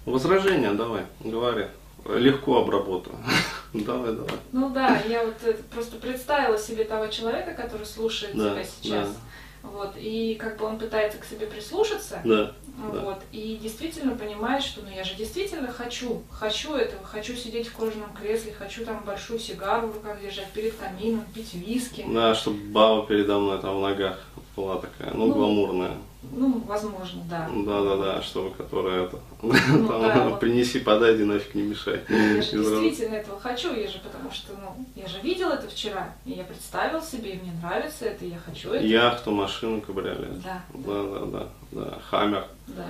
Возражения давай, говори. Легко обработаю. Давай, давай. Ну да, я вот просто представила себе того человека, который слушает Да, тебя сейчас. да. Вот, и как бы он пытается к себе прислушаться, Да, вот, и действительно понимает, что ну я же действительно хочу этого, хочу сидеть в кожаном кресле, хочу там большую сигару в руках держать перед камином, пить виски. да, чтобы баба передо мной там в ногах была такая, ну, гламурная. Ну, возможно, да. Да, чтобы которая это, Ну, там, да, вот. принеси, подай, иди нафиг не мешай. Я же Из раза- действительно этого хочу, я же потому что, ну, я же видел это вчера, и я представил себе, и мне нравится это, и я хочу это. Яхту, машину, кабриолет. Да. Да, хаммер. Да.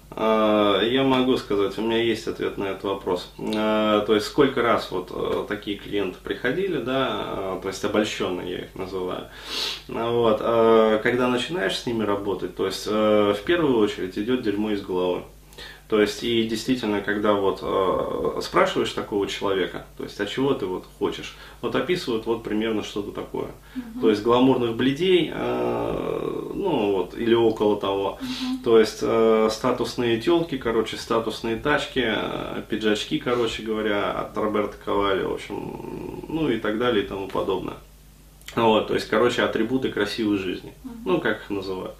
Я могу сказать, у меня есть ответ на этот вопрос. То есть сколько раз вот такие клиенты приходили, да, то есть обольщенные я их называю. Вот, когда начинаешь с ними работать, то есть в первую очередь идет дерьмо из головы. То есть, и действительно, когда вот спрашиваешь такого человека, то есть, а чего ты вот хочешь, вот описывают вот примерно что-то такое. То есть, гламурных бледей, ну вот, или около того. То есть, статусные телки, короче, статусные тачки, пиджачки, короче говоря, от Роберто Кавалли, в общем, ну и так далее и тому подобное. Вот, то есть, короче, атрибуты красивой жизни, ну, как их называют.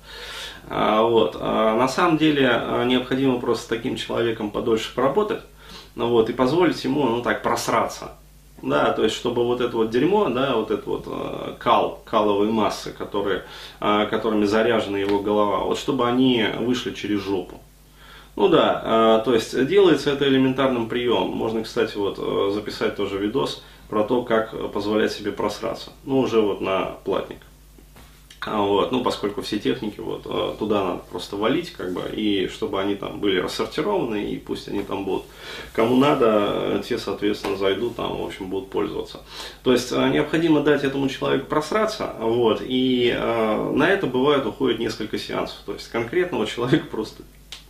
На самом деле необходимо просто с таким человеком подольше поработать, вот, и позволить ему, ну, так, просраться. Да, то есть, чтобы вот это вот дерьмо, да, вот это вот каловые массы, которыми заряжена его голова, вот чтобы они вышли через жопу. Ну да, то есть делается это элементарным приемом. Можно, кстати, вот записать тоже видос про то, как позволять себе просраться. Ну, уже вот на платник. Вот, ну, поскольку все техники вот туда надо просто валить, как бы, и чтобы они там были рассортированы, и пусть они там будут. Кому надо, те, соответственно, зайдут там, в общем, будут пользоваться. То есть необходимо дать этому человеку просраться, вот, и на это бывает уходит несколько сеансов. То есть конкретного человека просто,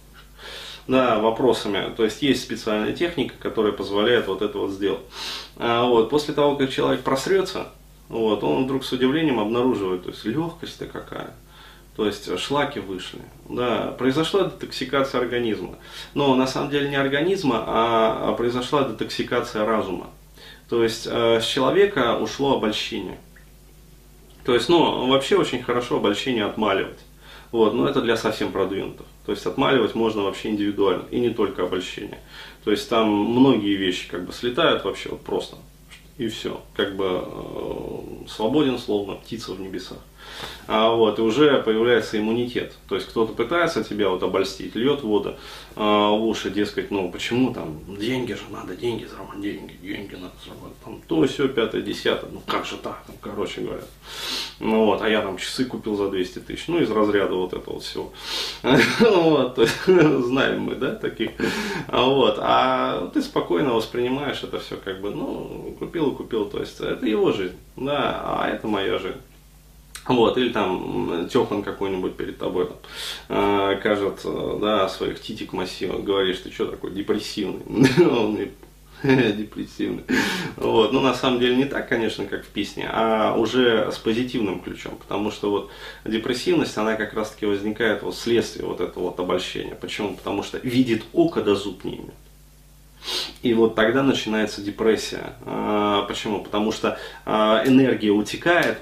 да, вопросами. То есть есть специальная техника, которая позволяет вот это вот сделать. Вот, после того, как человек просрется, вот, он вдруг с удивлением обнаруживает, то есть легкость-то какая, то есть шлаки вышли, да, произошла детоксикация организма, но на самом деле не организма, а произошла детоксикация разума, то есть с человека ушло обольщение, то есть, ну, вообще очень хорошо обольщение отмаливать, вот, но это для совсем продвинутых, то есть отмаливать можно вообще индивидуально, и не только обольщение, то есть там многие вещи как бы слетают вообще вот просто. И все, как бы свободен, словно птица в небесах. Вот, и уже появляется иммунитет. То есть кто-то пытается тебя вот обольстить, льет воду в уши, дескать, ну почему там деньги же надо, деньги зарабатывать, деньги надо зарабатывать, там то, все, пятое, десятое, ну как же так, ну, короче говоря. Ну вот, а я там часы купил за 200 тысяч, ну из разряда вот этого всего. Вот, то есть, знаем мы, да, таких. Вот, а ты спокойно воспринимаешь это все как бы, ну, купил и купил, то есть это его жизнь, да, а это моя жизнь. Вот, или там Тёхан какой-нибудь перед тобой там, кажет, да, своих титик массивных, говоришь, ты что такой депрессивный, он депрессивный. Вот, ну на самом деле не так, конечно, как в песне, а уже с позитивным ключом, потому что вот депрессивность, она как раз таки возникает вот вследствие вот этого вот обольщения. Почему? Потому что видит око, да зуб не имеет. И вот тогда начинается депрессия. Почему? Потому что энергия утекает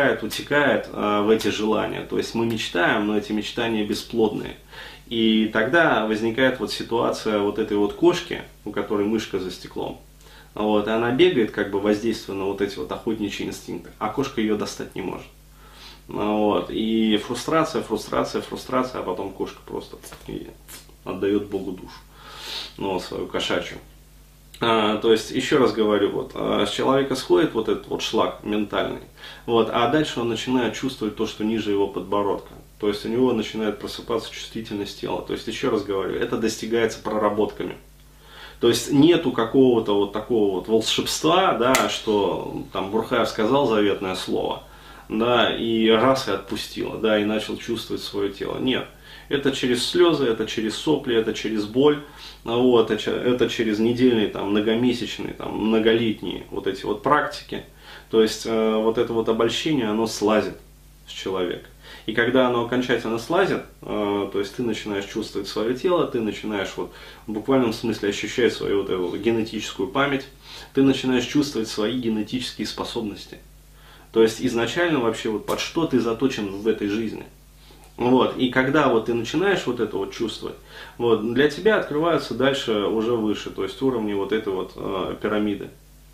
в эти желания. То есть мы мечтаем, но эти мечтания бесплодные. И тогда возникает вот ситуация вот этой вот кошки, у которой мышка за стеклом. Вот, и она бегает, как бы воздействуя на вот эти вот охотничьи инстинкты, а кошка ее достать не может. Вот, и фрустрация, а потом кошка просто отдает Богу душу. Ну, свою кошачью. То есть, еще раз говорю, вот, с человека сходит вот этот вот шлак ментальный, вот, а дальше он начинает чувствовать то, что ниже его подбородка. То есть, у него начинает просыпаться чувствительность тела. То есть, еще раз говорю, это достигается проработками. То есть, нету какого-то вот такого вот волшебства, да, что там Бурхаев сказал заветное слово, да, и раз и отпустило, да, и начал чувствовать свое тело. Нет. Это через слезы, это через сопли, это через боль, вот, это через недельные, там, многомесячные, там, многолетние вот эти вот практики. То есть вот это вот обольщение, оно слазит с человека. И когда оно окончательно слазит, то есть ты начинаешь чувствовать свое тело, ты начинаешь вот в буквальном смысле ощущать свою вот эту генетическую память, ты начинаешь чувствовать свои генетические способности. То есть изначально вообще вот под что ты заточен в этой жизни. Вот. И когда вот ты начинаешь вот это вот чувствовать, вот, для тебя открываются дальше уже выше, то есть уровни вот этой вот пирамиды.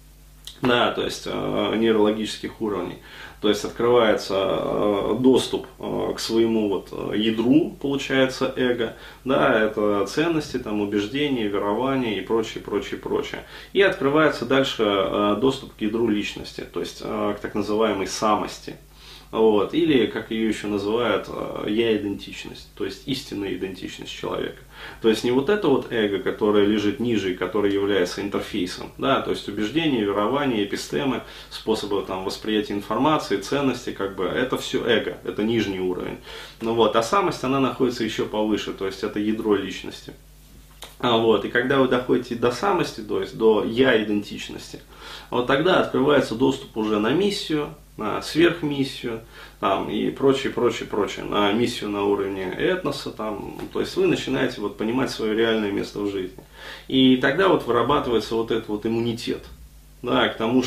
Да, то есть нейрологических уровней. То есть открывается доступ к своему вот ядру, получается, эго, да, это ценности, там, убеждения, верования и прочее, прочее, прочее. И открывается дальше доступ к ядру личности, то есть к так называемой самости. Вот. Или, как ее еще называют, я-идентичность, то есть истинная идентичность человека. То есть не вот это вот эго, которое лежит ниже и которое является интерфейсом, да, то есть убеждения, верования, эпистемы, способы там, восприятия информации, ценности, как бы, это все эго, это нижний уровень. Ну, вот. А самость, она находится еще повыше, то есть это ядро личности. Вот. И когда вы доходите до самости, то есть до я-идентичности, вот тогда открывается доступ уже на миссию, на сверхмиссию там, и прочее, прочее, прочее, на миссию на уровне этноса, там, то есть вы начинаете вот понимать свое реальное место в жизни. И тогда вот вырабатывается вот этот вот иммунитет, да, к тому,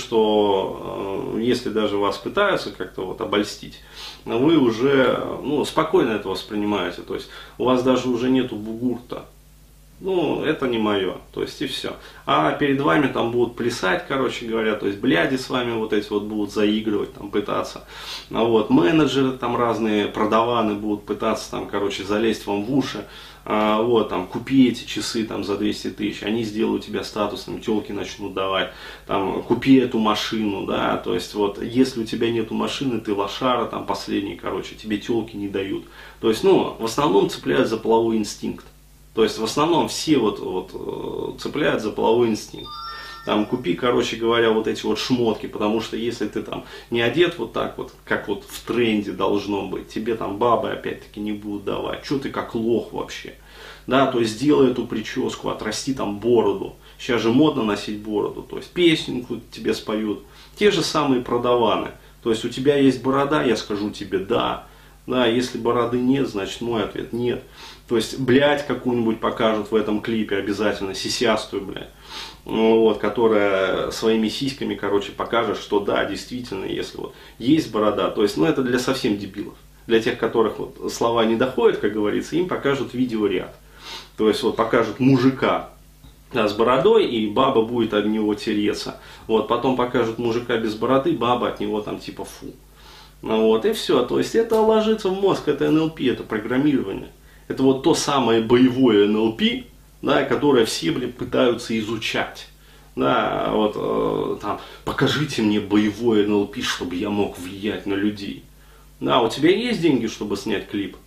что если даже вас пытаются как-то вот обольстить, вы уже спокойно это воспринимаете, то есть у вас даже уже нету бугурта. Ну, это не мое, то есть и все. А перед вами там будут плясать, короче говоря, то есть бляди с вами вот эти вот будут заигрывать, там пытаться. Вот, менеджеры там разные, продаваны будут пытаться там, короче, залезть вам в уши. Вот, там, купи эти часы там за 200 тысяч, они сделают тебя статусным, телки начнут давать, там, купи эту машину, да, то есть вот, если у тебя нету машины, ты лошара, там, последний, короче, тебе телки не дают. То есть, в основном цепляют за половой инстинкт. То есть в основном все вот цепляют за половой инстинкт. Там купи, короче говоря, вот эти вот шмотки, потому что если ты там не одет вот так вот, как вот в тренде должно быть, тебе там бабы опять-таки не будут давать. Что ты как лох вообще? Да, то есть сделай эту прическу, отрасти там бороду. Сейчас же модно носить бороду, то есть песенку тебе споют. Те же самые продаваны. То есть у тебя есть борода, я скажу тебе да. Да, если бороды нет, значит мой ответ нет. То есть, блядь, какую-нибудь покажут в этом клипе обязательно, сисястую, блядь, вот, которая своими сиськами, короче, покажет, что да, действительно, если вот есть борода, то есть, это для совсем дебилов. Для тех, которых вот слова не доходят, как говорится, им покажут видеоряд. То есть, вот покажут мужика, да, с бородой, и баба будет от него тереться. Вот, потом покажут мужика без бороды, баба от него там типа фу. Вот, и все. То есть это ложится в мозг, это НЛП, это программирование. Это вот то самое боевое НЛП, да, которое все, пытаются изучать. Да, вот там, покажите мне боевое НЛП, чтобы я мог влиять на людей. Да, у тебя есть деньги, чтобы снять клип?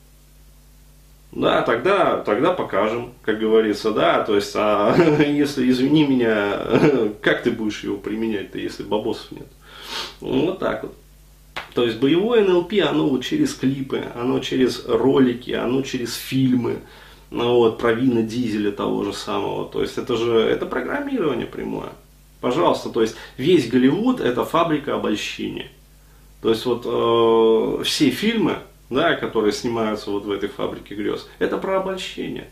Да, тогда покажем, как говорится, да, то есть, если, извини меня, как ты будешь его применять-то, если бабосов нет? Вот так вот. То есть боевое НЛП, оно вот через клипы, оно через ролики, оно через фильмы, вот, про Вина Дизеля того же самого. То есть это программирование прямое. Пожалуйста, то есть весь Голливуд это фабрика обольщения. То есть вот все фильмы, да, которые снимаются вот в этой фабрике грез, это про обольщение.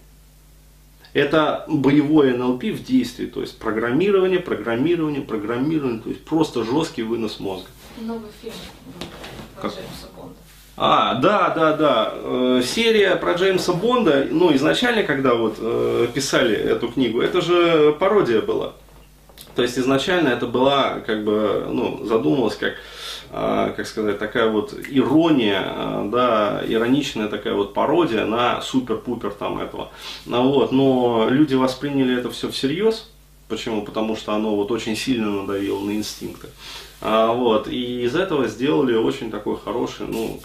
Это боевое НЛП в действии, то есть программирование, то есть просто жесткий вынос мозга. Новый фильм про Джеймса Бонда. Да. Серия про Джеймса Бонда, изначально, когда вот писали эту книгу, это же пародия была. То есть изначально это была, как бы, задумывалась как сказать, такая вот ирония, да, ироничная такая вот пародия на супер-пупер там этого. Но люди восприняли это все всерьез. Почему? Потому что оно вот очень сильно надавило на инстинкты. И из этого сделали очень такой хороший,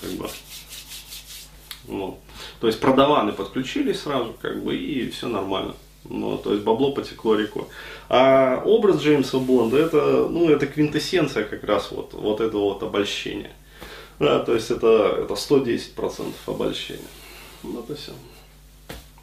то есть продаваны подключились сразу, и все нормально. То есть бабло потекло рекой. А образ Джеймса Бонда это квинтэссенция как раз вот этого вот обольщения. Да, то есть это 110% обольщения. Вот и все.